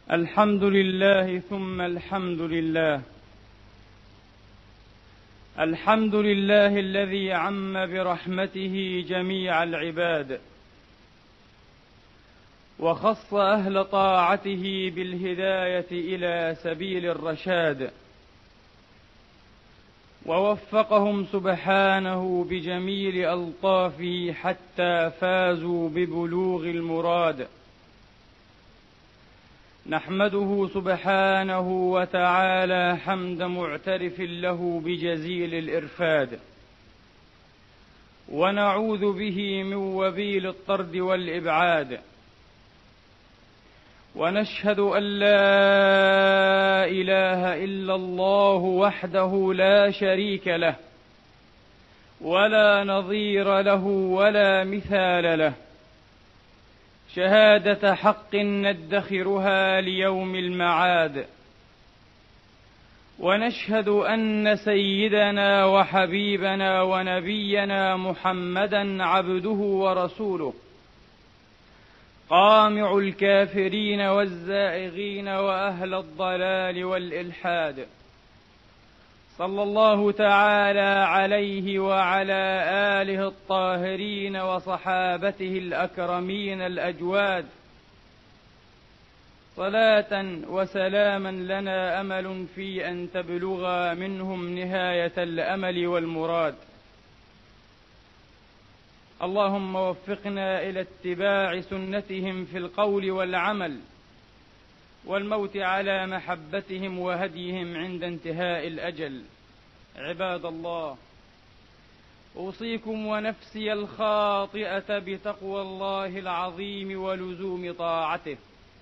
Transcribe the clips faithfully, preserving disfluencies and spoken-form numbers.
الحمد لله ثم الحمد لله. الحمد لله الذي عم برحمته جميع العباد، وخص أهل طاعته بالهداية إلى سبيل الرشاد، ووفقهم سبحانه بجميل ألطافه حتى فازوا ببلوغ المراد. نحمده سبحانه وتعالى حمد معترف له بجزيل الإرفاد، ونعوذ به من وبيل الطرد والإبعاد، ونشهد أن لا إله إلا الله وحده لا شريك له، ولا نظير له ولا مثال له، شهادة حق ندخرها ليوم المعاد. ونشهد أن سيدنا وحبيبنا ونبينا محمدًا عبده ورسوله، قامع الكافرين والزائغين وأهل الضلال والإلحاد، صلى الله تعالى عليه وعلى آله الطاهرين وصحابته الأكرمين الأجواد، صلاة وسلاما لنا أمل في أن تبلغ منهم نهاية الأمل والمراد. اللهم وفقنا إلى اتباع سنتهم في القول والعمل، والموت على محبتهم وهديهم عند انتهاء الأجل. عباد الله، أوصيكم ونفسي الخاطئة بتقوى الله العظيم ولزوم طاعته،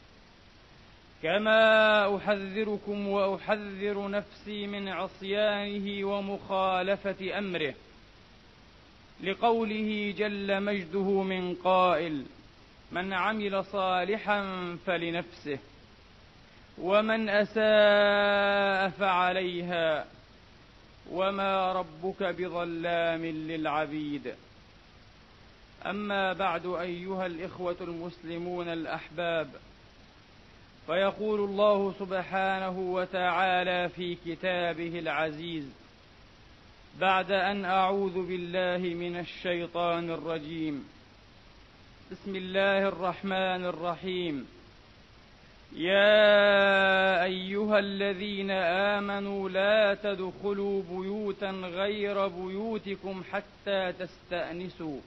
كما أحذركم وأحذر نفسي من عصيانه ومخالفة أمره، لقوله جل مجده من قائل: من عمل صالحا فلنفسه ومن أساء فعليها وما ربك بظلام للعبيد. أما بعد، أيها الإخوة المسلمون الأحباب، فيقول الله سبحانه وتعالى في كتابه العزيز بعد أن أعوذ بالله من الشيطان الرجيم: بسم الله الرحمن الرحيم. يا أيها الذين آمنوا لا تدخلوا بيوتا غير بيوتكم حتى تستأنسوا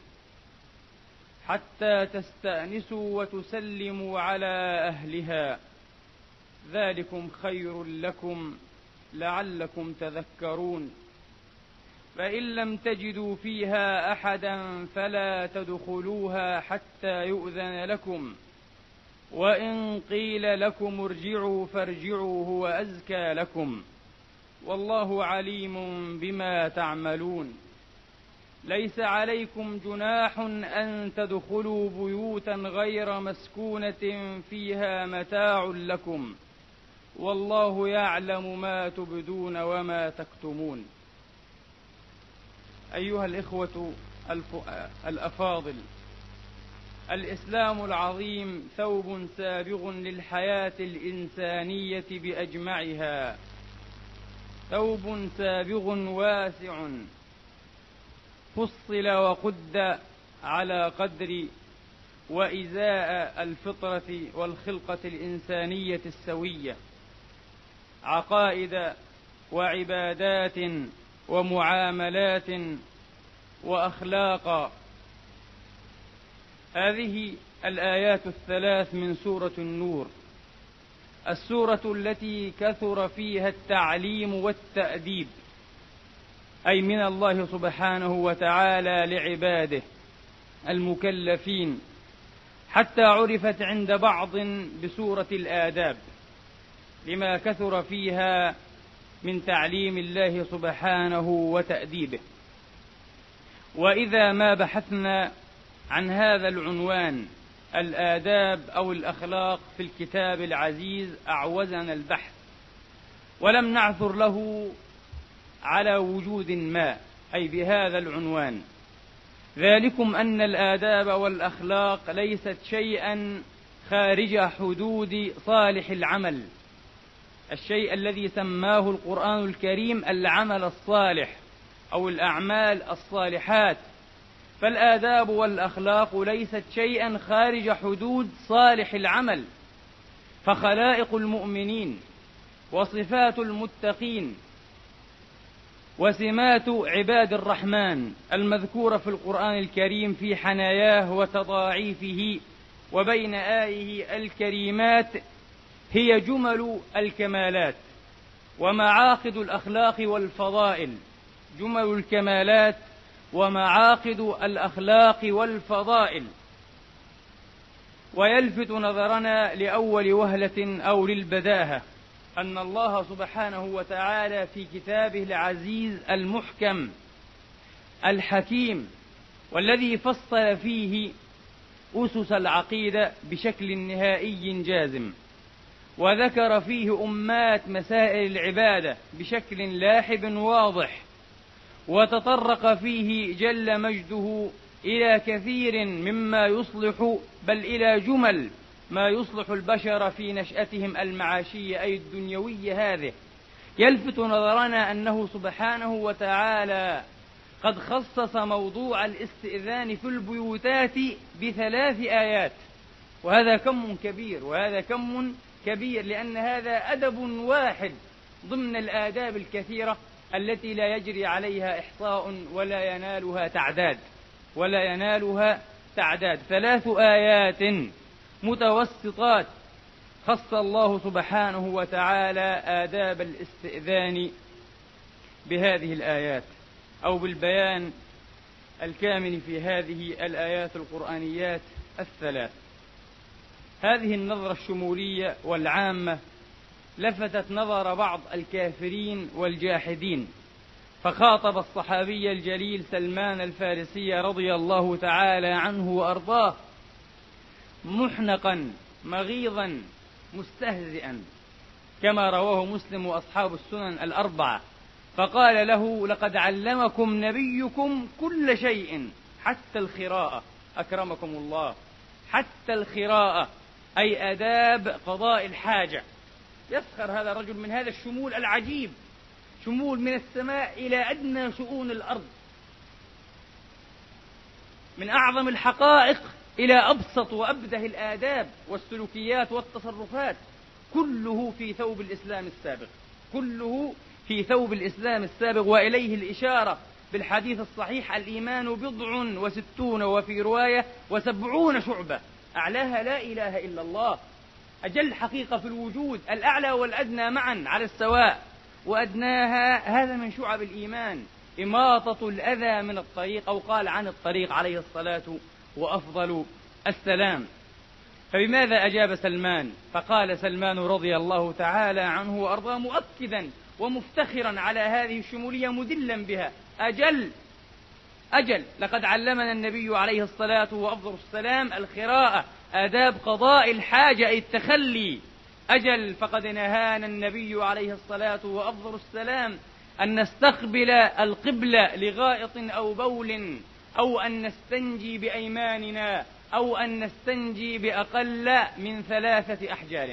حتى تستأنسوا وتسلموا على أهلها، ذلكم خير لكم لعلكم تذكرون. فإن لم تجدوا فيها أحدا فلا تدخلوها حتى يؤذن لكم، وإن قيل لكم ارجعوا فارجعوا هو أزكى لكم، والله عليم بما تعملون. ليس عليكم جناح أن تدخلوا بيوتا غير مسكونة فيها متاع لكم، والله يعلم ما تبدون وما تكتمون. أيها الإخوة الأفاضل، الإسلام العظيم ثوب سابغ للحياة الإنسانية بأجمعها، ثوب سابغ واسع فصل وقد على قدر وإزاء الفطرة والخلقة الإنسانية السوية، عقائد وعبادات ومعاملات وأخلاق. هذه الآيات الثلاث من سورة النور، السورة التي كثر فيها التعليم والتأديب، أي من الله سبحانه وتعالى لعباده المكلفين، حتى عرفت عند بعض بسورة الآداب، لما كثر فيها من تعليم الله سبحانه وتأديبه. وإذا ما بحثنا عن هذا العنوان، الآداب أو الأخلاق، في الكتاب العزيز أعوزنا البحث، ولم نعثر له على وجود ما، أي بهذا العنوان. ذلكم أن الآداب والأخلاق ليست شيئا خارج حدود صالح العمل، الشيء الذي سماه القرآن الكريم العمل الصالح أو الأعمال الصالحات. فالآداب والأخلاق ليست شيئا خارج حدود صالح العمل، فخلائق المؤمنين وصفات المتقين وسمات عباد الرحمن المذكورة في القرآن الكريم في حناياه وتضاعيفه وبين آيه الكريمات هي جمل الكمالات ومعاقد الأخلاق والفضائل، جمل الكمالات ومعاقد الأخلاق والفضائل. ويلفت نظرنا لأول وهلة أو للبداهة أن الله سبحانه وتعالى في كتابه العزيز المحكم الحكيم والذي فصل فيه أسس العقيدة بشكل نهائي جازم، وذكر فيه أمات مسائل العبادة بشكل لاحب واضح، وتطرق فيه جل مجده إلى كثير مما يصلح بل إلى جمل ما يصلح البشر في نشأتهم المعاشية أي الدنيوية. هذه يلفت نظرنا أنه سبحانه وتعالى قد خصص موضوع الاستئذان في البيوتات بثلاث آيات، وهذا كم كبير وهذا كم كبير، لأن هذا أدب واحد ضمن الآداب الكثيرة التي لا يجري عليها إحصاء ولا ينالها تعداد ولا ينالها تعداد ثلاث آيات متوسطات خص الله سبحانه وتعالى آداب الاستئذان بهذه الآيات أو بالبيان الكامل في هذه الآيات القرآنيات الثلاث. هذه النظرة الشمولية والعامة لفتت نظر بعض الكافرين والجاحدين، فخاطب الصحابي الجليل سلمان الفارسي رضي الله تعالى عنه وأرضاه محنقا مغيظا مستهزئا كما رواه مسلم وأصحاب السنن الأربعة، فقال له: لقد علمكم نبيكم كل شيء حتى الخراءة، أكرمكم الله، حتى الخراءة أي آداب قضاء الحاجة. يسخر هذا الرجل من هذا الشمول العجيب، شمول من السماء إلى أدنى شؤون الأرض، من أعظم الحقائق إلى أبسط وأبده الآداب والسلوكيات والتصرفات، كله في ثوب الإسلام السابق، كله في ثوب الإسلام السابق. وإليه الإشارة بالحديث الصحيح: الإيمان بضع وستون وفي رواية وسبعون شعبة، أعلاها لا إله إلا الله، أجل حقيقة في الوجود، الأعلى والأدنى معا على السواء، وأدناها هذا من شعب الإيمان إماطة الأذى من الطريق، أو قال عن الطريق عليه الصلاة وأفضل السلام. فبماذا أجاب سلمان؟ فقال سلمان رضي الله تعالى عنه وأرضاه مؤكدا ومفتخرا على هذه الشمولية مدلا بها: أجل أجل لقد علمنا النبي عليه الصلاة وأفضل السلام الخراءة، آداب قضاء الحاجة أي التخلي. أجل فقد نهانا النبي عليه الصلاة وأفضل السلام أن نستقبل القبلة لغائط أو بول، أو أن نستنجي بأيماننا، أو أن نستنجي بأقل من ثلاثة أحجار.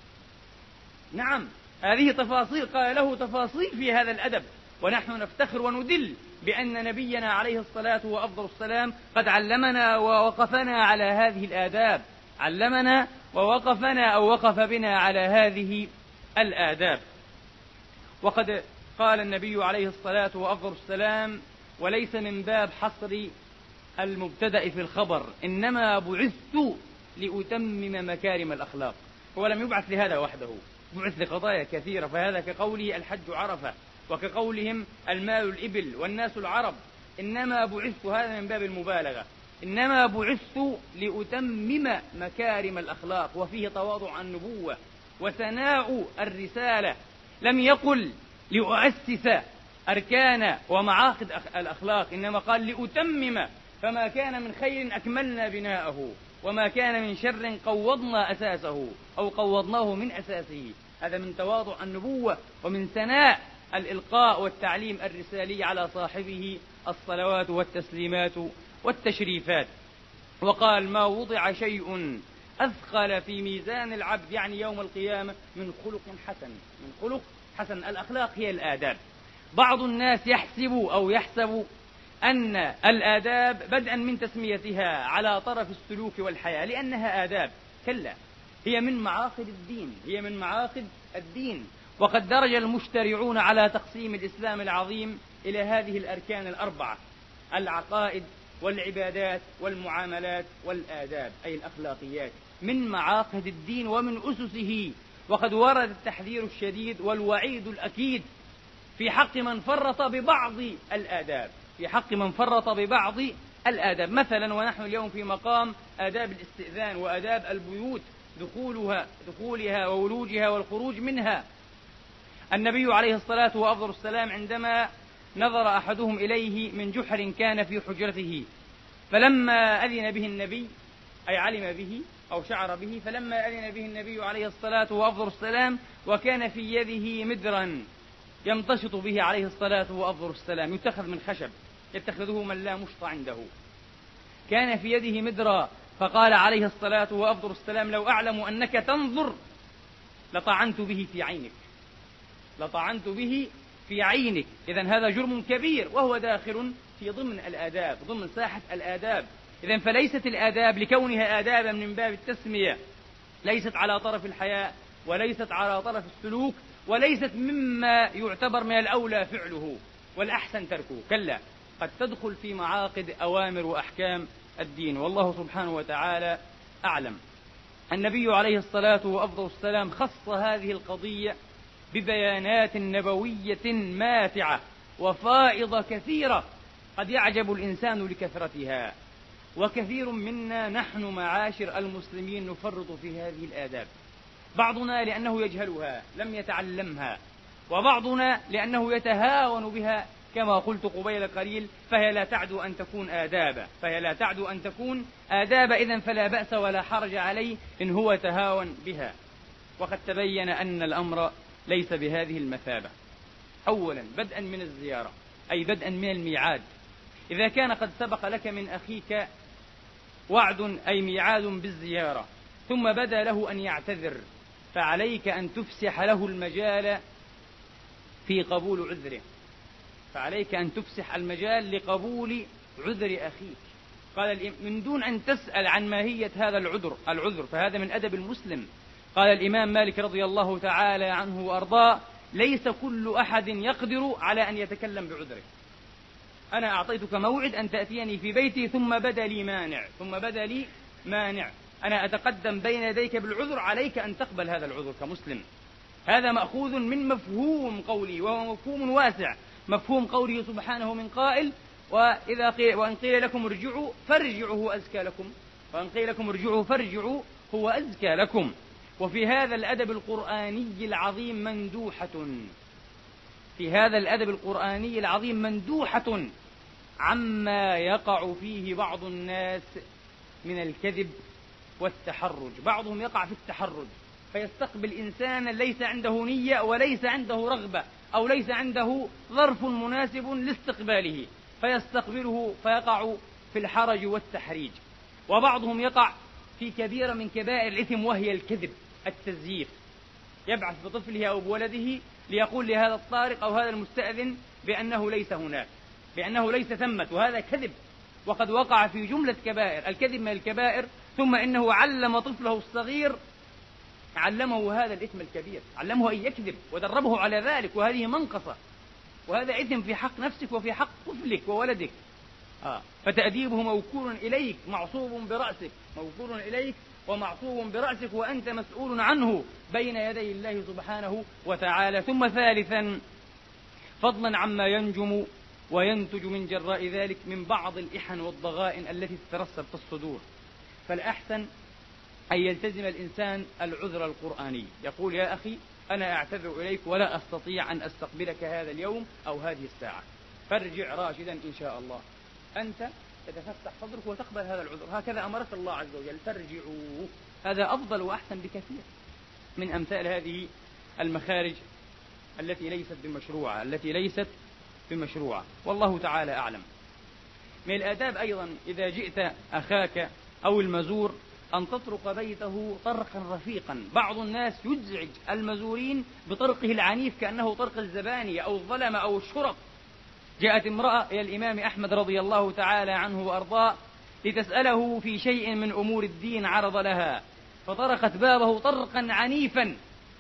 نعم، هذه تفاصيل قال له، تفاصيل في هذا الأدب، ونحن نفتخر وندل بأن نبينا عليه الصلاة وأفضل السلام قد علمنا ووقفنا على هذه الآداب، علمنا ووقفنا أو وقف بنا على هذه الآداب. وقد قال النبي عليه الصلاة وأفضل السلام: وليس من باب حصر المبتدأ في الخبر، إنما بعثت لأتمم مكارم الأخلاق. هو لم يبعث لهذا وحده، بعث لقضايا كثيرة، فهذا كقوله الحج عرفة، وكقولهم المال الإبل والناس العرب. إنما بعثت، هذا من باب المبالغة، إنما بعثت لأتمم مكارم الأخلاق، وفيه تواضع النبوة وثناء الرسالة. لم يقل لأؤسس أركان ومعاقد الأخلاق، إنما قال لأتمم، فما كان من خير أكملنا بناءه، وما كان من شر قوضنا أساسه أو قوضناه من أساسه. هذا من تواضع النبوة ومن ثناء الإلقاء والتعليم الرسالي على صاحبه الصلوات والتسليمات والتشريفات. وقال: ما وضع شيء أثقل في ميزان العبد يعني يوم القيامة من خلق حسن. من خلق حسن. الأخلاق هي الآداب. بعض الناس يحسب أو يحسب أن الآداب بدءا من تسميتها على طرف السلوك والحياة لأنها آداب. كلا، هي من معاقد الدين. هي من معاقد الدين. وقد درج المشترعون على تقسيم الإسلام العظيم إلى هذه الأركان الأربعة: العقائد والعبادات والمعاملات والآداب، أي الأخلاقيات، من معاقد الدين ومن أسسه. وقد ورد التحذير الشديد والوعيد الأكيد في حق من فرط ببعض الآداب. في حق من فرط ببعض الآداب. مثلا ونحن اليوم في مقام آداب الاستئذان وآداب البيوت، دخولها دخولها وولوجها والخروج منها. النبي عليه الصلاة وأفضل السلام عندما نظر أحدهم إليه من جحر كان في حجرته، فلما أذن به النبي، أي علم به أو شعر به، فلما أذن به النبي عليه الصلاة وأفضل السلام وكان في يده مدرا يمتشط به عليه الصلاة وأفضل السلام، يتخذ من خشب يتخذه من لا مشط عنده، كان في يده مدرا، فقال عليه الصلاة وأفضل السلام: لو أعلم أنك تنظر لطعنت به في عينك. لطعنت به في عينك. إذن هذا جرم كبير وهو داخل في ضمن الآداب، ضمن ساحة الآداب. إذن فليست الآداب لكونها آدابا من باب التسمية، ليست على طرف الحياء وليست على طرف السلوك وليست مما يعتبر من الأولى فعله والأحسن تركه. كلا، قد تدخل في معاقد أوامر وأحكام الدين، والله سبحانه وتعالى أعلم. النبي عليه الصلاة وأفضل السلام خص هذه القضية ببيانات نبوية ماتعة وفائضة كثيرة قد يعجب الإنسان لكثرتها، وكثير منا نحن معاشر المسلمين نفرط في هذه الآداب، بعضنا لأنه يجهلها لم يتعلمها، وبعضنا لأنه يتهاون بها كما قلت قبيل قليل، فهي لا تعدو أن تكون آدابا فهي لا تعدو أن تكون آدابا إذن فلا بأس ولا حرج عليه إن هو تهاون بها. وقد تبين أن الأمر ليس بهذه المثابة. أولا بدءا من الزيارة، أي بدءا من الميعاد. إذا كان قد سبق لك من أخيك وعد أي ميعاد بالزيارة ثم بدا له أن يعتذر، فعليك أن تفسح له المجال في قبول عذره. فعليك أن تفسح المجال لقبول عذر أخيك. قال من دون أن تسأل عن ماهية هذا العذر العذر فهذا من أدب المسلم. قال الإمام مالك رضي الله تعالى عنه وأرضاه: ليس كل أحد يقدر على أن يتكلم بعذره. أنا أعطيتك موعد أن تأتيني في بيتي ثم بدا لي مانع ثم بدا لي مانع أنا أتقدم بين يديك بالعذر، عليك أن تقبل هذا العذر كمسلم. هذا مأخوذ من مفهوم قولي، وهو مفهوم واسع، مفهوم قوله سبحانه من قائل: وإذا قيل وإن قيل لكم ارجعوا فارجعوا هو أزكى لكم، وإن قيل لكم ارجعوا فارجعوا هو أزكى لكم. وفي هذا الأدب القرآني العظيم مندوحة في هذا الأدب القرآني العظيم مندوحة عما يقع فيه بعض الناس من الكذب والتحرج. بعضهم يقع في التحرج فيستقبل إنسانا ليس عنده نية وليس عنده رغبة أو ليس عنده ظرف مناسب لاستقباله، فيستقبله فيقع في الحرج والتحريج. وبعضهم يقع في كبيرة من كبائر الإثم وهي الكذب، التزييف. يبعث بطفله أو بولده ليقول لهذا الطارق أو هذا المستأذن بأنه ليس هناك، بأنه ليس ثمة، وهذا كذب. وقد وقع في جملة كبائر الكذب من الكبائر. ثم إنه علم طفله الصغير، علمه هذا الإثم الكبير، علمه أن يكذب ودربه على ذلك، وهذه منقصة، وهذا إثم في حق نفسك وفي حق طفلك وولدك. آه. فتأديبه موكول إليك معصوب برأسك، موكول إليك ومعصوب برأسك، وأنت مسؤول عنه بين يدي الله سبحانه وتعالى. ثم ثالثا، فضلا عما ينجم وينتج من جراء ذلك من بعض الإحن والضغائن التي تترسب في الصدور، فالأحسن أن يلتزم الإنسان العذر القرآني، يقول: يا أخي أنا أعتذر إليك ولا أستطيع أن أستقبلك هذا اليوم أو هذه الساعة، فارجع راشدا إن شاء الله. أنت تتفتح صدرك وتقبل هذا العذر، هكذا أمرك الله عز وجل، فارجعوا. هذا أفضل وأحسن بكثير من أمثال هذه المخارج التي ليست بمشروعة التي ليست بمشروعة والله تعالى أعلم. من الآداب أيضا إذا جئت أخاك أو المزور أن تطرق بيته طرقا رفيقا. بعض الناس يزعج المزورين بطرقه العنيف كأنه طرق الزبانية أو الظلمة أو الشرط. جاءت امرأة إلى الإمام أحمد رضي الله تعالى عنه وأرضاه لتسأله في شيء من أمور الدين، عرض لها فطرقت بابه طرقا عنيفا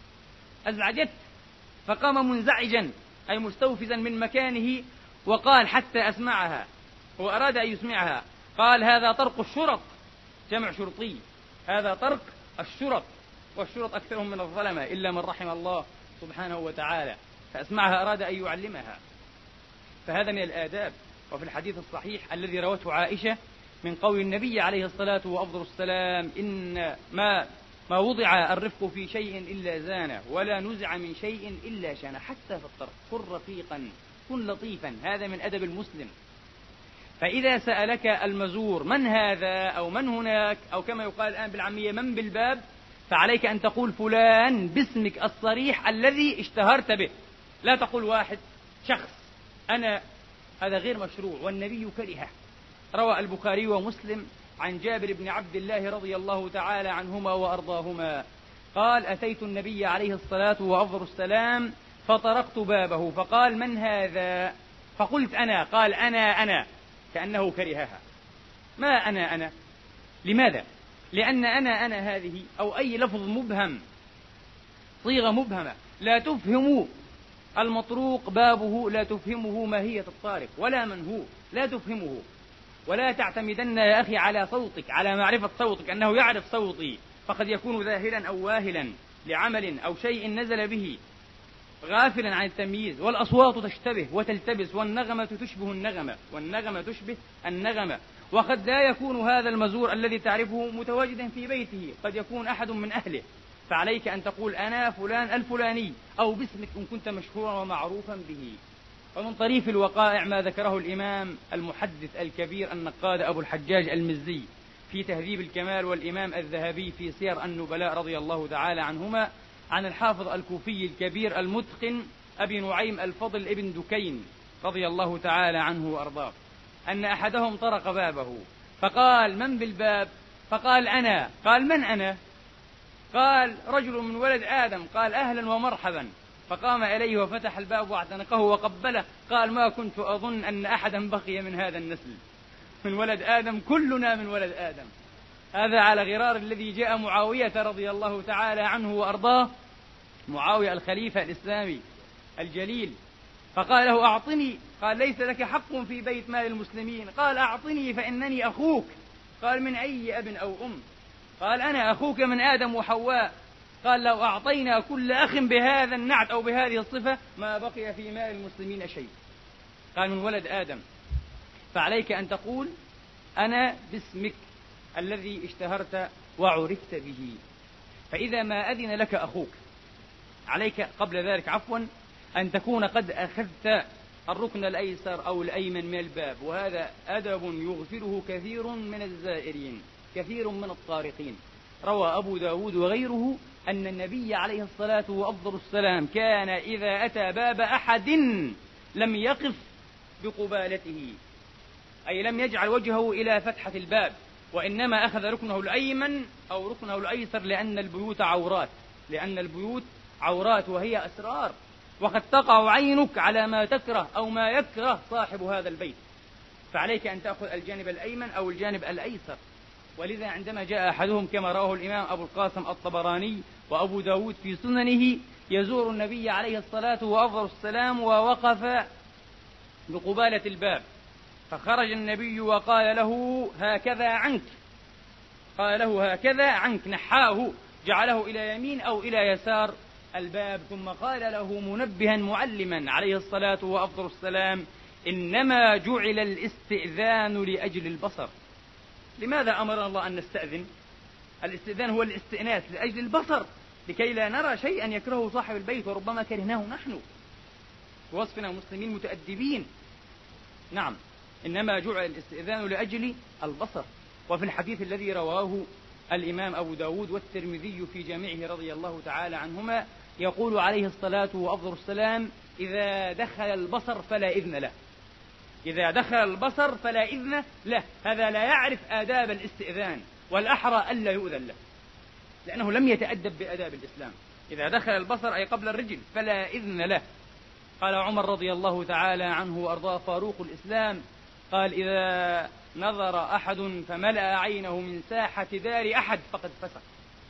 أزعجت، فقام منزعجا أي مستوفزا من مكانه وقال حتى أسمعها، هو أراد أن يسمعها، قال هذا طرق الشرط، جمع شرطي، هذا طرق الشرط، والشرط أكثرهم من الظلمة إلا من رحم الله سبحانه وتعالى. فأسمعها، أراد أن يعلمها. فهذا من الآداب. وفي الحديث الصحيح الذي روته عائشة من قول النبي عليه الصلاة وأفضل السلام: إن ما ما وضع الرفق في شيء إلا زانه، ولا نزع من شيء إلا شانه. حتى في الطرق كن رفيقا، كن لطيفا، هذا من أدب المسلم. فإذا سألك المزور من هذا أو من هناك، أو كما يقال الآن بالعامية من بالباب، فعليك أن تقول فلان باسمك الصريح الذي اشتهرت به. لا تقول واحد، شخص، أنا، هذا غير مشروع والنبي كرهه. روى البخاري ومسلم عن جابر بن عبد الله رضي الله تعالى عنهما وأرضاهما قال: أتيت النبي عليه الصلاة وأفضل السلام فطرقت بابه فقال: من هذا؟ فقلت: أنا. قال: أنا أنا، كأنه كرهها. ما أنا أنا؟ لماذا؟ لأن أنا أنا هذه أو أي لفظ مبهم، صيغة مبهمة لا تفهم المطروق بابه، لا تفهمه ماهية الطارق ولا من هو، لا تفهمه. ولا تعتمدن يا أخي على صوتك، على معرفة صوتك، أنه يعرف صوتي، فقد يكون ذاهلا أو واهلا لعمل أو شيء نزل به، غافلا عن التمييز. والأصوات تشتبه وتلتبس، والنغمة تشبه النغمة، والنغمة تشبه النغمة. وقد لا يكون هذا المزور الذي تعرفه متواجدا في بيته، قد يكون أحد من أهله. فعليك أن تقول: أنا فلان الفلاني، أو باسمك إن كنت مشهورا ومعروفا به. ومن طريف الوقائع ما ذكره الإمام المحدث الكبير النقاد أبو الحجاج المزي في تهذيب الكمال، والإمام الذهبي في سير النبلاء رضي الله تعالى عنهما، عن الحافظ الكوفي الكبير المتقن أبي نعيم الفضل ابن دكين رضي الله تعالى عنه وأرضاه، أن أحدهم طرق بابه فقال: من بالباب؟ فقال: أنا. قال: من أنا؟ قال: رجل من ولد آدم. قال: أهلا ومرحبا. فقام إليه وفتح الباب واعتنقه وقبله. قال: ما كنت أظن أن أحدا بقي من هذا النسل، من ولد آدم، كلنا من ولد آدم. هذا على غرار الذي جاء معاوية رضي الله تعالى عنه وأرضاه، معاوية الخليفة الإسلامي الجليل، فقال له: أعطني. قال: ليس لك حق في بيت مال المسلمين. قال: أعطني فإنني أخوك. قال: من أي أب أو أم؟ قال: أنا أخوك من آدم وحواء. قال: لو أعطينا كل أخ بهذا النعت أو بهذه الصفة ما بقي في مال المسلمين شيء. قال: من ولد آدم. فعليك أن تقول: أنا باسمك الذي اشتهرت وعرفت به. فإذا ما أذن لك أخوك، عليك قبل ذلك عفوا أن تكون قد أخذت الركن الأيسر أو الأيمن من الباب، وهذا أدب يغفله كثير من الزائرين، كثير من الطارقين. روى أبو داود وغيره أن النبي عليه الصلاة وأفضل السلام كان إذا أتى باب أحد لم يقف بقبالته، أي لم يجعل وجهه إلى فتحة الباب، وإنما أخذ ركنه الأيمن أو ركنه الأيسر، لأن البيوت عورات، لأن البيوت عورات وهي أسرار، وقد تقع عينك على ما تكره أو ما يكره صاحب هذا البيت. فعليك أن تأخذ الجانب الأيمن أو الجانب الأيسر. ولذا عندما جاء أحدهم كما رواه الإمام أبو القاسم الطبراني وأبو داود في سننه يزور النبي عليه الصلاة وأفضل السلام ووقف بقبالة الباب، فخرج النبي وقال له: هكذا عنك. قال له: هكذا عنك، نحاه، جعله إلى يمين أو إلى يسار الباب، ثم قال له منبها معلما عليه الصلاة وأفضل السلام: إنما جعل الاستئذان لأجل البصر. لماذا أمرنا الله أن نستأذن؟ الاستئذان هو الاستئناس لأجل البصر، لكي لا نرى شيئا يكرهه صاحب البيت وربما كرهناه نحن، ووصفنا مسلمين متأدبين. نعم، إنما جعل الاستئذان لأجل البصر. وفي الحديث الذي رواه الإمام أبو داود والترمذي في جامعه رضي الله تعالى عنهما يقول عليه الصلاة وأفضل السلام: إذا دخل البصر فلا إذن له. إذا دخل البصر فلا إذن له. هذا لا يعرف آداب الاستئذان والأحرى ألا يؤذن له، لأنه لم يتأدب بآداب الإسلام. إذا دخل البصر أي قبل الرجل فلا إذن له. قال عمر رضي الله تعالى عنه وأرضاه فاروق الإسلام، قال: إذا نظر أحد فملأ عينه من ساحة دار أحد فقد فسق.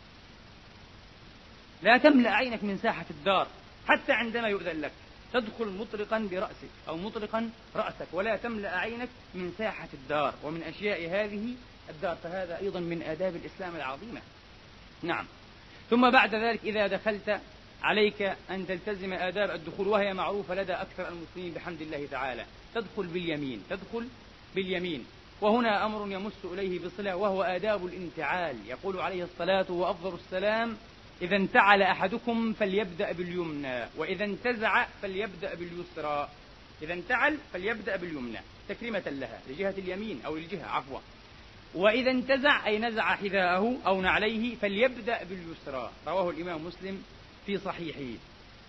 لا تملأ عينك من ساحة الدار حتى عندما يؤذن لك، تدخل مطلقا برأسك أو مطلقا رأسك، ولا تملأ عينك من ساحة الدار ومن أشياء هذه الدار، فهذا أيضا من آداب الإسلام العظيمة. نعم. ثم بعد ذلك إذا دخلت عليك أن تلتزم آداب الدخول، وهي معروفة لدى أكثر المسلمين بحمد الله تعالى. تدخل باليمين، تدخل باليمين، وهنا أمر يمس إليه بصلة، وهو آداب الانتعال. يقول عليه الصلاة وأفضل السلام: إذا انتعل أحدكم فليبدأ باليمنى، وإذا انتزع فليبدأ باليسرى. إذا انتعل فليبدأ باليمنى تكريمة لها لجهة اليمين أو الجهة عفوا، وإذا انتزع أي نزع حذاءه أو نعليه فليبدأ باليسرى. رواه الإمام مسلم في صحيحه.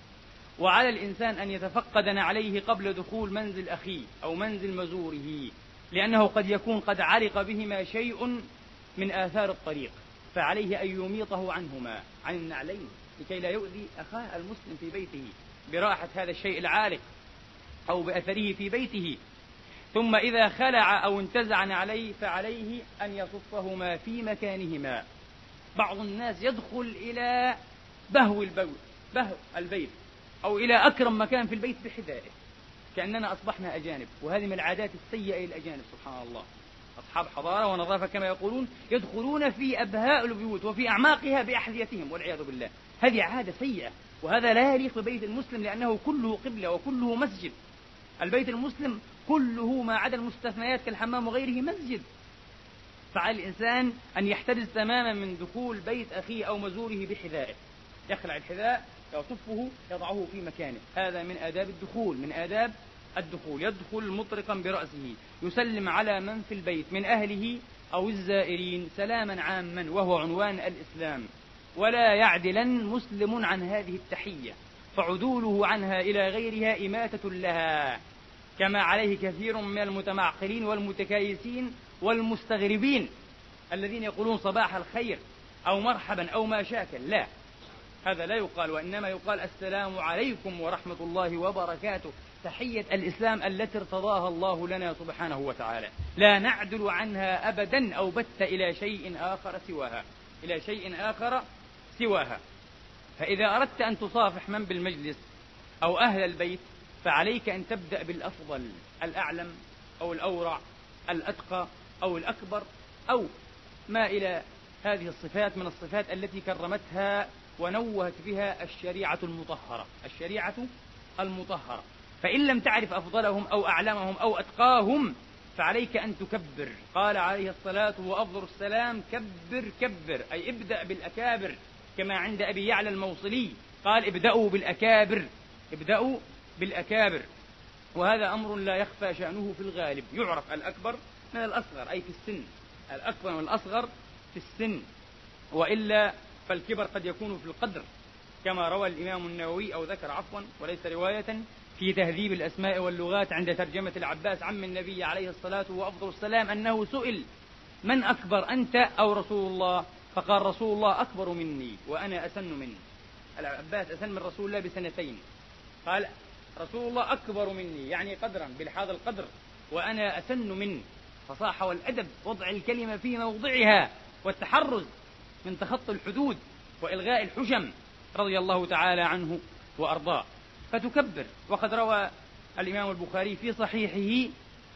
وعلى الإنسان أن يتفقد نعليه قبل دخول منزل أخيه أو منزل مزوره، لأنه قد يكون قد علق بهما شيء من آثار الطريق، فعليه أن يميطه عنهما، عن النعلين، لكي لا يؤذي أخاه المسلم في بيته برائحة هذا الشيء العالق أو بأثره في بيته. ثم إذا خلع أو انتزع نعليه فعليه أن يصفهما في مكانهما. بعض الناس يدخل إلى بهو البول بهو البيت أو إلى أكرم مكان في البيت بحذائه، كأننا أصبحنا أجانب، وهذه من العادات السيئة للأجانب سبحان الله. أصحاب حضارة ونظافة كما يقولون يدخلون في أبهاء البيوت وفي أعماقها بأحذيتهم والعياذ بالله. هذه عادة سيئة، وهذا لا يليق ببيت المسلم، لأنه كله قبلة وكله مسجد. البيت المسلم كله ما عدا المستثنيات كالحمام وغيره مسجد. فعلى الإنسان أن يحترز تماما من دخول بيت أخيه أو مزوره بحذائه، يخلع الحذاء يصفه يضعه في مكانه. هذا من آداب الدخول، من آداب الدخول. يدخل مطرقا برأسه، يسلم على من في البيت من أهله أو الزائرين سلاما عاما، وهو عنوان الإسلام. ولا يعدلن مسلم عن هذه التحية، فعدوله عنها إلى غيرها إماتة لها، كما عليه كثير من المتمعقلين والمتكايسين والمستغربين الذين يقولون صباح الخير أو مرحبا أو ما شاكل. لا، هذا لا يقال، وإنما يقال السلام عليكم ورحمة الله وبركاته، تحية الإسلام التي ارتضاها الله لنا سبحانه وتعالى، لا نعدل عنها أبدا أو بت إلى شيء آخر سواها إلى شيء آخر سواها. فإذا أردت أن تصافح من بالمجلس أو أهل البيت فعليك أن تبدأ بالأفضل، الأعلم أو الأورع، الأتقى أو الأكبر، أو ما إلى هذه الصفات من الصفات التي كرمتها ونوهت بها الشريعة المطهرة الشريعة المطهرة. فإن لم تعرف أفضلهم أو أعلمهم أو أتقاهم فعليك أن تكبر. قال عليه الصلاة وأفضل السلام: كبر كبر، أي ابدأ بالأكابر، كما عند أبي يعلى الموصلي قال: ابدأوا بالأكابر ابدأوا بالأكابر. وهذا أمر لا يخفى شأنه في الغالب. يعرف الأكبر من الأصغر أي في السن، الأكبر من الأصغر في السن، وإلا فالكبر قد يكون في القدر، كما روى الإمام النووي أو ذكر عفوا وليس رواية في تهذيب الأسماء واللغات عند ترجمة العباس عم النبي عليه الصلاة وأفضل السلام أنه سئل: من أكبر أنت أو رسول الله؟ فقال: رسول الله أكبر مني وأنا أسن منه. العباس أسن من رسول الله بسنتين، قال: رسول الله أكبر مني يعني قدرا بهذا القدر، وأنا أسن منه. فصاح والأدب وضع الكلمة في موضعها والتحرز من تخطي الحدود وإلغاء الحشم رضي الله تعالى عنه وأرضاه. فتكبر. وقد روى الإمام البخاري في صحيحه: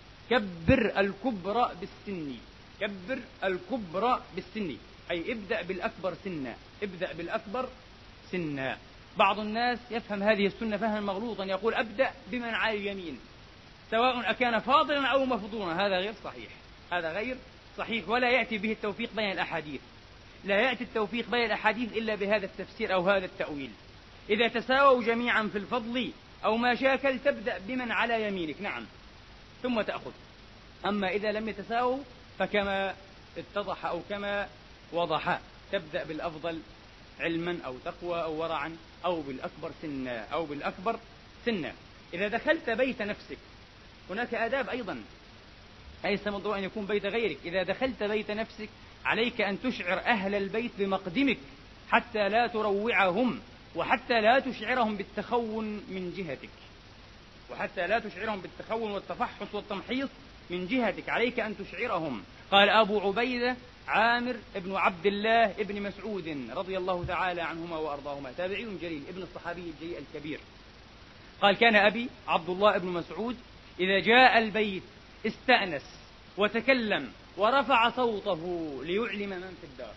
كبر الكبر بالسن كبر الكبر بالسن أي ابدأ بالأكبر سنا ابدأ بالأكبر سنا. بعض الناس يفهم هذه السنة فهما مغلوطا، يقول: أبدأ بمن على اليمين سواء أكان فاضلا أو مفضولا. هذا غير صحيح هذا غير صحيح ولا يأتي به التوفيق بين الأحاديث. لا يأتي التوفيق بين الأحاديث إلا بهذا التفسير أو هذا التأويل. إذا تساووا جميعا في الفضل أو ما شاكل تبدأ بمن على يمينك، نعم، ثم تأخذ. أما إذا لم يتساووا فكما اتضح أو كما وضح، تبدأ بالأفضل علما أو تقوى أو ورعا أو بالأكبر سنا أو بالأكبر سنا. إذا دخلت بيت نفسك هناك آداب أيضا، ليس موضوع أن يكون بيت غيرك. إذا دخلت بيت نفسك عليك أن تشعر أهل البيت بمقدمك حتى لا تروعهم، وحتى لا تشعرهم بالتخون من جهتك، وحتى لا تشعرهم بالتخون والتفحص والتمحيص من جهتك، عليك أن تشعرهم. قال أبو عبيدة عامر ابن عبد الله ابن مسعود رضي الله تعالى عنهما وأرضاهما، تابعي جليل ابن الصحابي الجليل الكبير، قال: كان أبي عبد الله ابن مسعود إذا جاء البيت استأنس وتكلم ورفع صوته ليعلم من في الدار،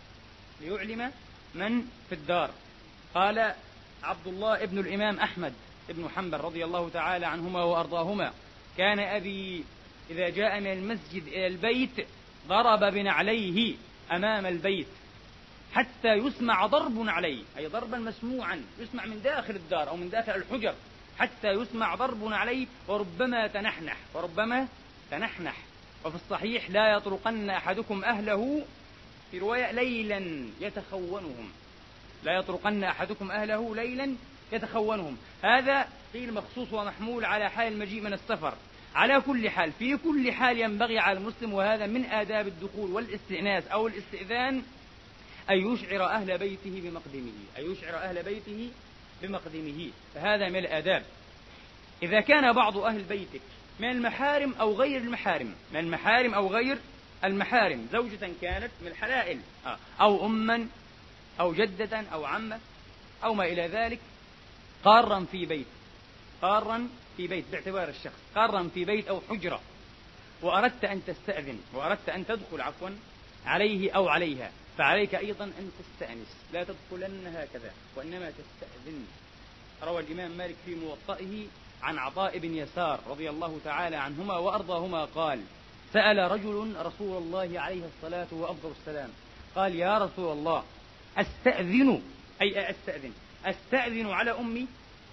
ليعلم من في الدار. قال عبد الله ابن الإمام أحمد ابن حنبل رضي الله تعالى عنهما وأرضاهما: كان أبي إذا جاء من المسجد إلى البيت ضرب بنعليه أمام البيت حتى يسمع ضرب عليه، أي ضربا مسموعا يسمع من داخل الدار أو من داخل الحجر، حتى يسمع ضرب عليه، وربما تنحنح وربما تنحنح. وفي الصحيح: لا يطرقن أحدكم أهله، في رواية: ليلا يتخونهم، لا يطرقن أحدكم أهله ليلا يتخونهم. هذا قيل مخصوص ومحمول على حال المجيء من السفر. على كل حال، في كل حال ينبغي على المسلم، وهذا من آداب الدخول والاستئناس أو الاستئذان، أن يشعر أهل بيته بمقدمه، أن يشعر أهل بيته بمقدمه، فهذا من الآداب. إذا كان بعض أهل بيتك من المحارم أو غير المحارم، من المحارم أو غير المحارم، زوجة كانت من الحلائل أو أما أو جدة أو عمة أو ما إلى ذلك، قارا في بيت، قارا في بيت باعتبار الشخص، قارا في بيت أو حجرة، وأردت أن تستأذن وأردت أن تدخل عفوا عليه أو عليها، فعليك أيضا أن تستأنس، لا تدخلن هكذا وإنما تستأذن. روى الإمام مالك في موطئه عن عطاء بن يسار رضي الله تعالى عنهما وأرضاهما قال: سأل رجل رسول الله عليه الصلاة وأفضل السلام، قال: يا رسول الله، أستأذن، أي أستأذن أستأذن على أمي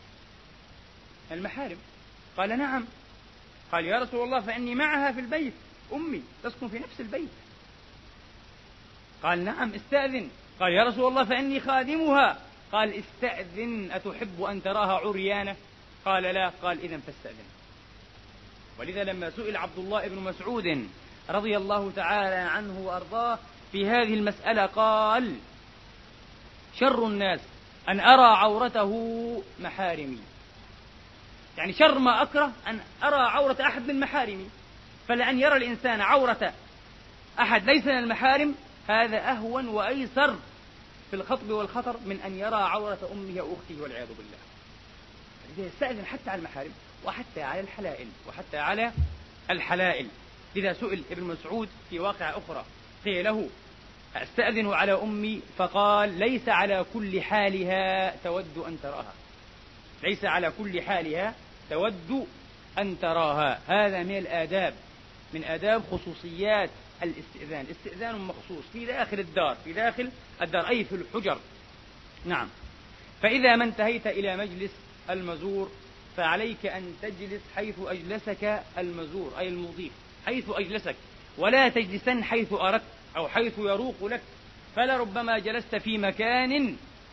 المحارم؟ قال: نعم. قال: يا رسول الله، فإني معها في البيت، أمي تسكن في نفس البيت. قال: نعم استأذن. قال: يا رسول الله، فإني خادمها. قال: استأذن، أتحب أن تراها عريانة؟ قال: لا. قال: إذن فاستأذن. ولذا لما سئل عبد الله بن مسعود رضي الله تعالى عنه وأرضاه في هذه المسألة قال: شر الناس أن أرى عورته محارمي، يعني شر ما أكره أن أرى عورة أحد من محارمي، فلأن يرى الإنسان عورة أحد ليس من المحارم هذا أهون وأيسر في الخطب والخطر من أن يرى عورة أمه أو أخته والعياذ بالله. يستأذن حتى على المحارم وحتى على الحلائل وحتى على الحلائل. لذا سئل ابن مسعود في واقعة أخرى، قيل له: أستأذن على أمي؟ فقال: ليس على كل حالها تود أن تراها، ليس على كل حالها تود أن تراها. هذا من الآداب، من آداب خصوصيات الاستئذان، استئذان مخصوص في داخل الدار، في داخل الدار أي في الحجر. نعم. فإذا ما انتهيت إلى مجلس المزور فعليك أن تجلس حيث أجلسك المزور أي المضيف، حيث أجلسك، ولا تجلسن حيث أردت أو حيث يروق لك، فلربما جلست في مكان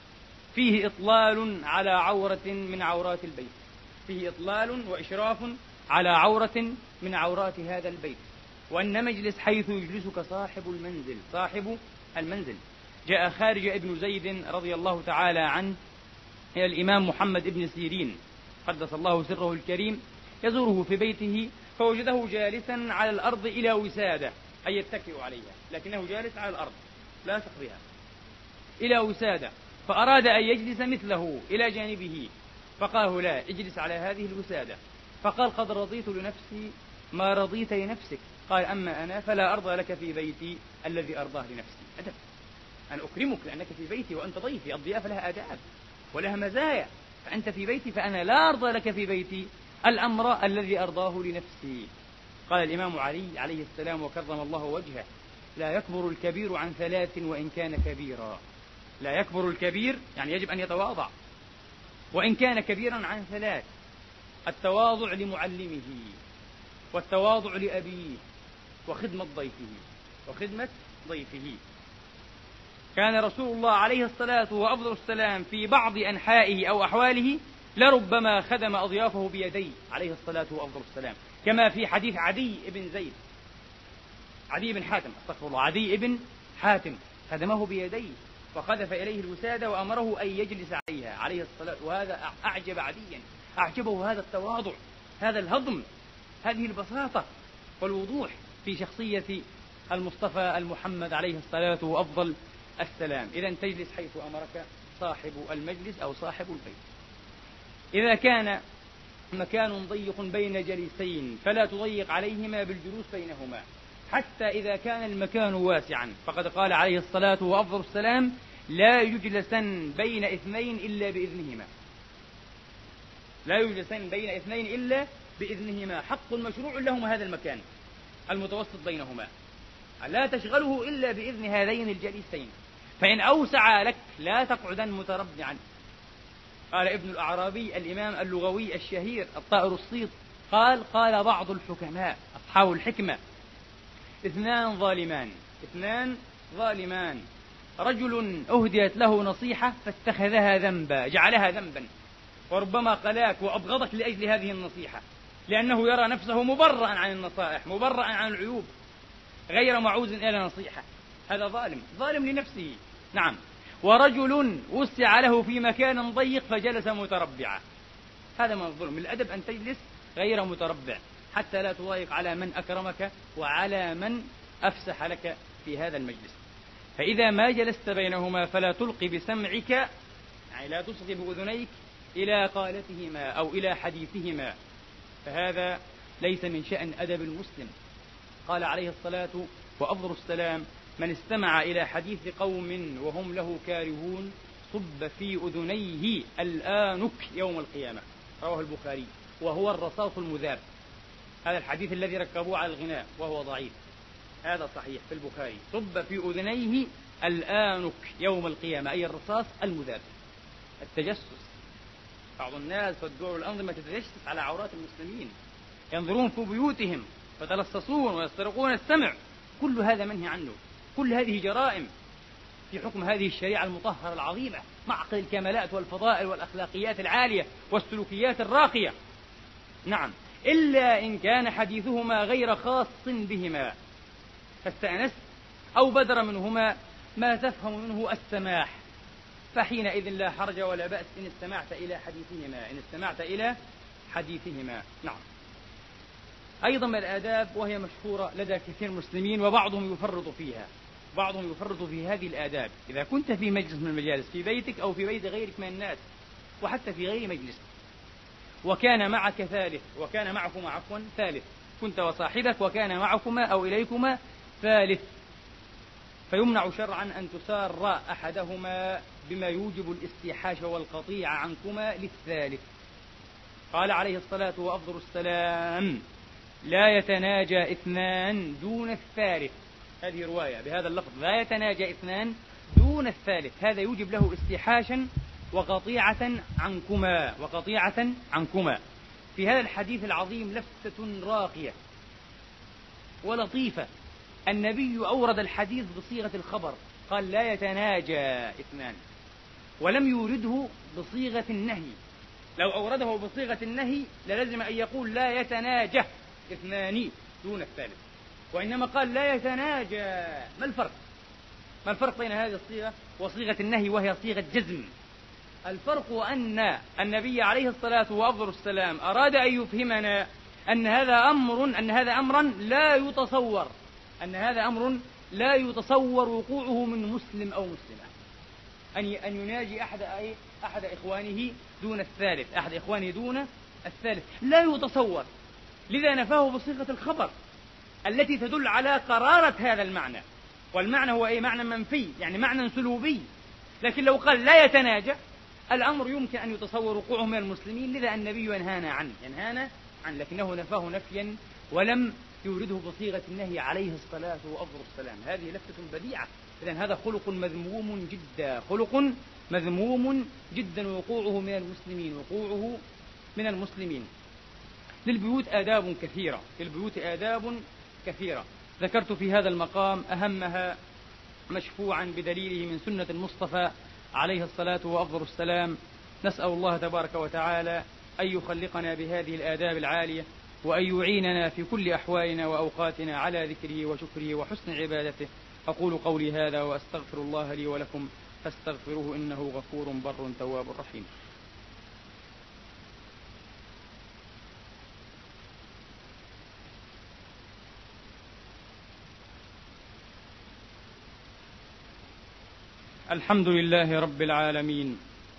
فيه إطلال على عورة من عورات البيت، فيه إطلال وإشراف على عورة من عورات هذا البيت، وأن مجلس حيث يجلسك صاحب المنزل، صاحب المنزل. جاء خارج ابن زيد رضي الله تعالى عنه إلى الإمام محمد بن سيرين قدس الله سره الكريم يزوره في بيته، فوجده جالسا على الأرض إلى وسادة، أي يتكئ عليها، لكنه جالس على الأرض لا بها إلى وسادة، فأراد أن يجلس مثله إلى جانبه، فقال: لا، اجلس على هذه الوسادة. فقال: قد رضيت لنفسي ما رضيت لنفسك. قال: أما أنا فلا أرضى لك في بيتي الذي أرضاه لنفسي. أدب، أنا أكرمك لأنك في بيتي وأنت ضيفي، الضيافة لها آداب ولها مزايا، فأنت في بيتي فأنا لا أرضى لك في بيتي الأمر الذي أرضاه لنفسي. قال الإمام علي عليه السلام وكرم الله وجهه: لا يكبر الكبير عن ثلاث وإن كان كبيرا. لا يكبر الكبير يعني يجب أن يتواضع، وإن كان كبيرا عن ثلاث: التواضع لمعلمه، والتواضع لأبيه، وخدمة ضيفه، وخدمة ضيفه. كان رسول الله عليه الصلاة وأفضل السلام في بعض أنحائه أو أحواله لربما خدم أضيافه بيديه عليه الصلاة وأفضل السلام، كما في حديث عدي بن زيد عدي بن حاتم استغفر الله عدي بن حاتم خدمه بيديه وقذف إليه الوسادة وأمره أن يجلس عليها عليه الصلاة، وهذا أعجب عديا، أعجبه هذا التواضع، هذا الهضم، هذه البساطة والوضوح في شخصية المصطفى المحمد عليه الصلاة وأفضل السلام. إذن تجلس حيث أمرك صاحب المجلس أو صاحب البيت. إذا كان مكان ضيق بين جليسين فلا تضيق عليهما بالجلوس بينهما، حتى إذا كان المكان واسعا، فقد قال عليه الصلاة وأفضل السلام: لا يجلسن بين اثنين إلا بإذنهما، لا يجلسن بين اثنين إلا بإذنهما، حق مشروع لهما هذا المكان المتوسط بينهما، لا تشغله إلا بإذن هذين الجليسين، فإن أوسع لك لا تقعدن متربعا. قال ابن الأعرابي الإمام اللغوي الشهير الطائر الصيت قال: قال بعض الحكماء أصحاب الحكمة: اثنان ظالمان اثنان ظالمان رجل أهديت له نصيحة فاتخذها ذنبا، جعلها ذنبا، وربما قلاك وأبغضك لأجل هذه النصيحة، لأنه يرى نفسه مبرأ عن النصائح، مبرأ عن العيوب، غير معوز إلى نصيحة. هذا ظالم، ظالم لنفسه. نعم. ورجل وسع له في مكان ضيق فجلس متربعا، هذا من الظلم. من الأدب أن تجلس غير متربع حتى لا تضايق على من أكرمك وعلى من أفسح لك في هذا المجلس. فإذا ما جلست بينهما فلا تلقي بسمعك، يعني لا تصغي بأذنيك إلى قالتهما أو إلى حديثهما، فهذا ليس من شأن أدب المسلم. قال عليه الصلاة وأفضل السلام: من استمع إلى حديث قوم وهم له كارهون صب في أذنيه الآنك يوم القيامة. رواه البخاري، وهو الرصاص المذاب. هذا الحديث الذي ركبوه على الغناء وهو ضعيف، هذا صحيح في البخاري: صب في أذنيه الآنك يوم القيامة، أي الرصاص المذاب. التجسس، بعض الناس والدول والأنظمة تتجسس على عورات المسلمين، ينظرون في بيوتهم فتلصصون ويسترقون السمع، كل هذا منهي عنه، كل هذه جرائم في حكم هذه الشريعة المطهرة العظيمة، معقل الكمالات والفضائل والأخلاقيات العالية والسلوكيات الراقية. نعم، إلا إن كان حديثهما غير خاص بهما فاستأنست أو بدر منهما ما تفهم منه السماح، فحينئذ لا حرج ولا بأس إن استمعت إلى حديثهما إن استمعت إلى حديثهما. نعم. أيضا من الآداب وهي مشهورة لدى كثير من المسلمين وبعضهم يفرط فيها، بعضهم يفرط في هذه الآداب. إذا كنت في مجلس من المجالس في بيتك أو في بيت غيرك من الناس وحتى في غير مجلس، وكان معك ثالث وكان معكما عفوا ثالث كنت وصاحبك وكان معكما أو إليكما ثالث، فيمنع شرعا أن تسار أحدهما بما يوجب الاستيحاش والقطيع عنكما للثالث. قال عليه الصلاة وأفضل السلام: لا يتناجى اثنان دون الثالث. هذه رواية بهذا اللفظ: لا يتناجى اثنان دون الثالث، هذا يوجب له استيحاشا وقطيعة عنكما وقطيعة عنكما. في هذا الحديث العظيم لفتة راقية ولطيفة. النبي أورد الحديث بصيغة الخبر، قال: لا يتناجى اثنان، ولم يورده بصيغة النهي. لو أورده بصيغة النهي للزم أن يقول: لا يتناجى اثنان دون الثالث، وإنما قال: لا يتناجى. ما الفرق؟ ما الفرق بين هذه الصيغة وصيغة النهي وهي صيغة جزم؟ الفرق أن النبي عليه الصلاة وأفضل السلام أراد أن يفهمنا أن هذا أمر أن هذا أمرا لا يتصور أن هذا أمر لا يتصور وقوعه من مسلم أو مسلمة، أن أن يناجي أحد أحد إخوانه دون الثالث، أحد إخوانه دون الثالث، لا يتصور. لذا نفاه بصيغة الخبر التي تدل على قرارة هذا المعنى، والمعنى هو أي معنى منفي، يعني معنى سلوبي. لكن لو قال: لا يتناجى، الأمر يمكن أن يتصور وقوعه من المسلمين، لذا النبي ينهانا عنه ينهانا عنه لكنه نفاه نفيا ولم يورده بصيغة النهي عليه الصلاة وأفضل السلام. هذه لفتة بديعة. إذن هذا خلق مذموم جدا، خلق مذموم جدا، وقوعه من المسلمين وقوعه من المسلمين. للبيوت آداب كثيرة، للبيوت آداب كثيرة ذكرت في هذا المقام أهمها مشفوعا بدليله من سنة المصطفى عليه الصلاة وأفضل السلام. نسأل الله تبارك وتعالى أن يخلقنا بهذه الآداب العالية وأن يعيننا في كل أحوالنا وأوقاتنا على ذكره وشكره وحسن عبادته. أقول قولي هذا وأستغفر الله لي ولكم فاستغفروه إنه غفور بر تواب رحيم. الحمد لله رب العالمين،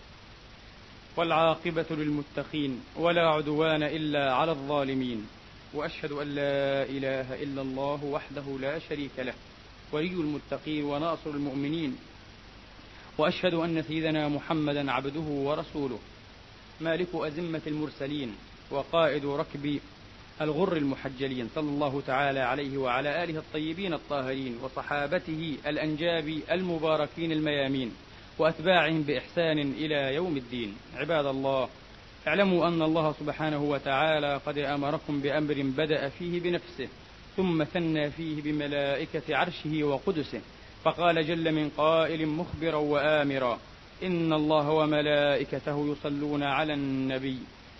والعاقبة للمتقين، ولا عدوان إلا على الظالمين، وأشهد أن لا إله إلا الله وحده لا شريك له ولي المتقين وناصر المؤمنين، وأشهد أن سيدنا محمدا عبده ورسوله مالك أزمة المرسلين وقائد ركب الغر المحجلين، صلى الله تعالى عليه وعلى آله الطيبين الطاهرين وصحابته الأنجاب المباركين الميامين وأتباعهم بإحسان إلى يوم الدين. عباد الله، اعلموا أن الله سبحانه وتعالى قد أمركم بأمر بدأ فيه بنفسه ثم ثنى فيه بملائكة عرشه وقدسه، فقال جل من قائل مخبرا وآمرا: إن الله وملائكته يصلون على النبي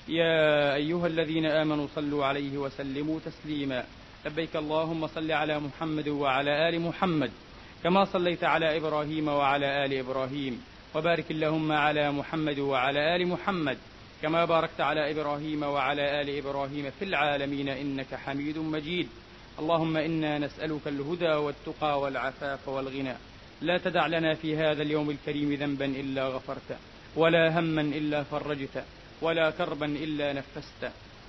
يا أيها الذين آمنوا صلوا عليه وسلموا تسليما. لبيك اللهم صل على محمد وعلى آل محمد كما صليت على إبراهيم وعلى آل إبراهيم، وبارك اللهم على محمد وعلى آل محمد كما باركت على إبراهيم وعلى آل إبراهيم في العالمين إنك حميد مجيد. اللهم إنا نسألك الهدى والتقى والعفاف والغنى. لا تدع لنا في هذا اليوم الكريم ذنبا إلا غفرته، ولا هما إلا فرجته، ولا كربا إلا نفست،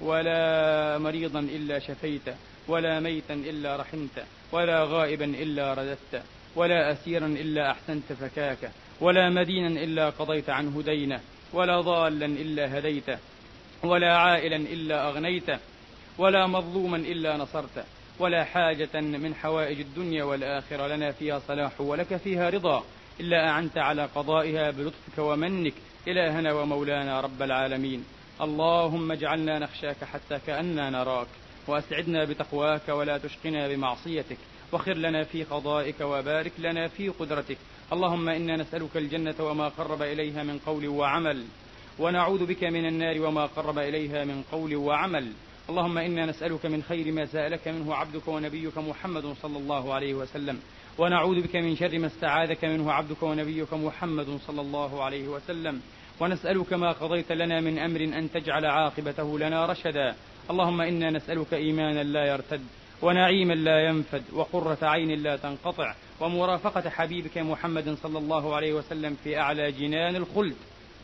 ولا مريضا إلا شفيته، ولا ميتا إلا رحمته، ولا غائبا إلا رددته، ولا أسيرا إلا أحسنت فكاكه، ولا مدينا إلا قضيت عنه دينه، ولا ضالا إلا هديته، ولا عائلا إلا أغنيته، ولا مظلوما إلا نصرته، ولا حاجة من حوائج الدنيا والآخرة لنا فيها صلاح ولك فيها رضا إلا أعنت على قضائها بلطفك ومنك إلهنا ومولانا رب العالمين. اللهم اجعلنا نخشاك حتى كأننا نراك، وأسعدنا بتقواك ولا تشقنا بمعصيتك، وخر لنا في قضائك وبارك لنا في قدرتك. اللهم إنا نسألك الجنة وما قرب إليها من قول وعمل، ونعوذ بك من النار وما قرب إليها من قول وعمل. اللهم إنا نسألك من خير ما سألك منه عبدك ونبيك محمد صلى الله عليه وسلم، ونعوذ بك من شر ما استعاذك منه عبدك ونبيك محمد صلى الله عليه وسلم، ونسألك ما قضيت لنا من أمر أن تجعل عاقبته لنا رشدا. اللهم إنا نسألك إيمانا لا يرتد، ونعيما لا ينفد، وقرة عين لا تنقطع، ومرافقة حبيبك محمد صلى الله عليه وسلم في أعلى جنان الخلد.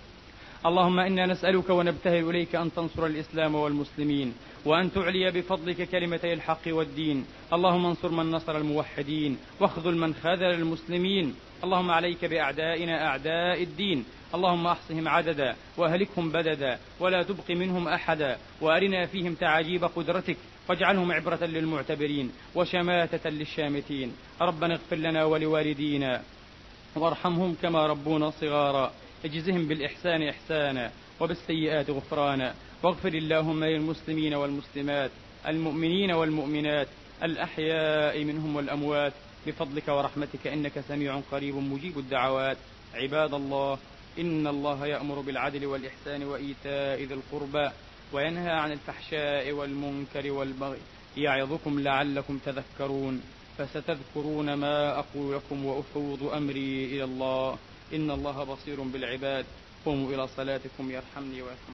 اللهم إنا نسألك ونبتهل إليك أن تنصر الإسلام والمسلمين، وأن تعلي بفضلك كلمتي الحق والدين. اللهم انصر من نصر الموحدين، واخذل من خذل المسلمين. اللهم عليك بأعدائنا أعداء الدين، اللهم أحصهم عددا وأهلكهم بددا، ولا تبق منهم أحدا، وأرنا فيهم تعاجيب قدرتك، واجعلهم عبرة للمعتبرين وشماتة للشامتين. ربنا اغفر لنا ولوالدينا وارحمهم كما ربونا صغارا، اجزهم بالإحسان إحسانا وبالسيئات غفرانا، واغفر اللهم للمسلمين والمسلمات المؤمنين والمؤمنات الأحياء منهم والأموات بفضلك ورحمتك إنك سميع قريب مجيب الدعوات. عباد الله، إن الله يأمر بالعدل والإحسان وإيتاء ذي القربى، وينهى عن الفحشاء والمنكر والبغي، يعظكم لعلكم تذكرون. فستذكرون ما أقول لكم وأفوض أمري إلى الله، إن الله بصير بالعباد. قوموا إلى صلاتكم يرحمني ويرحمكم.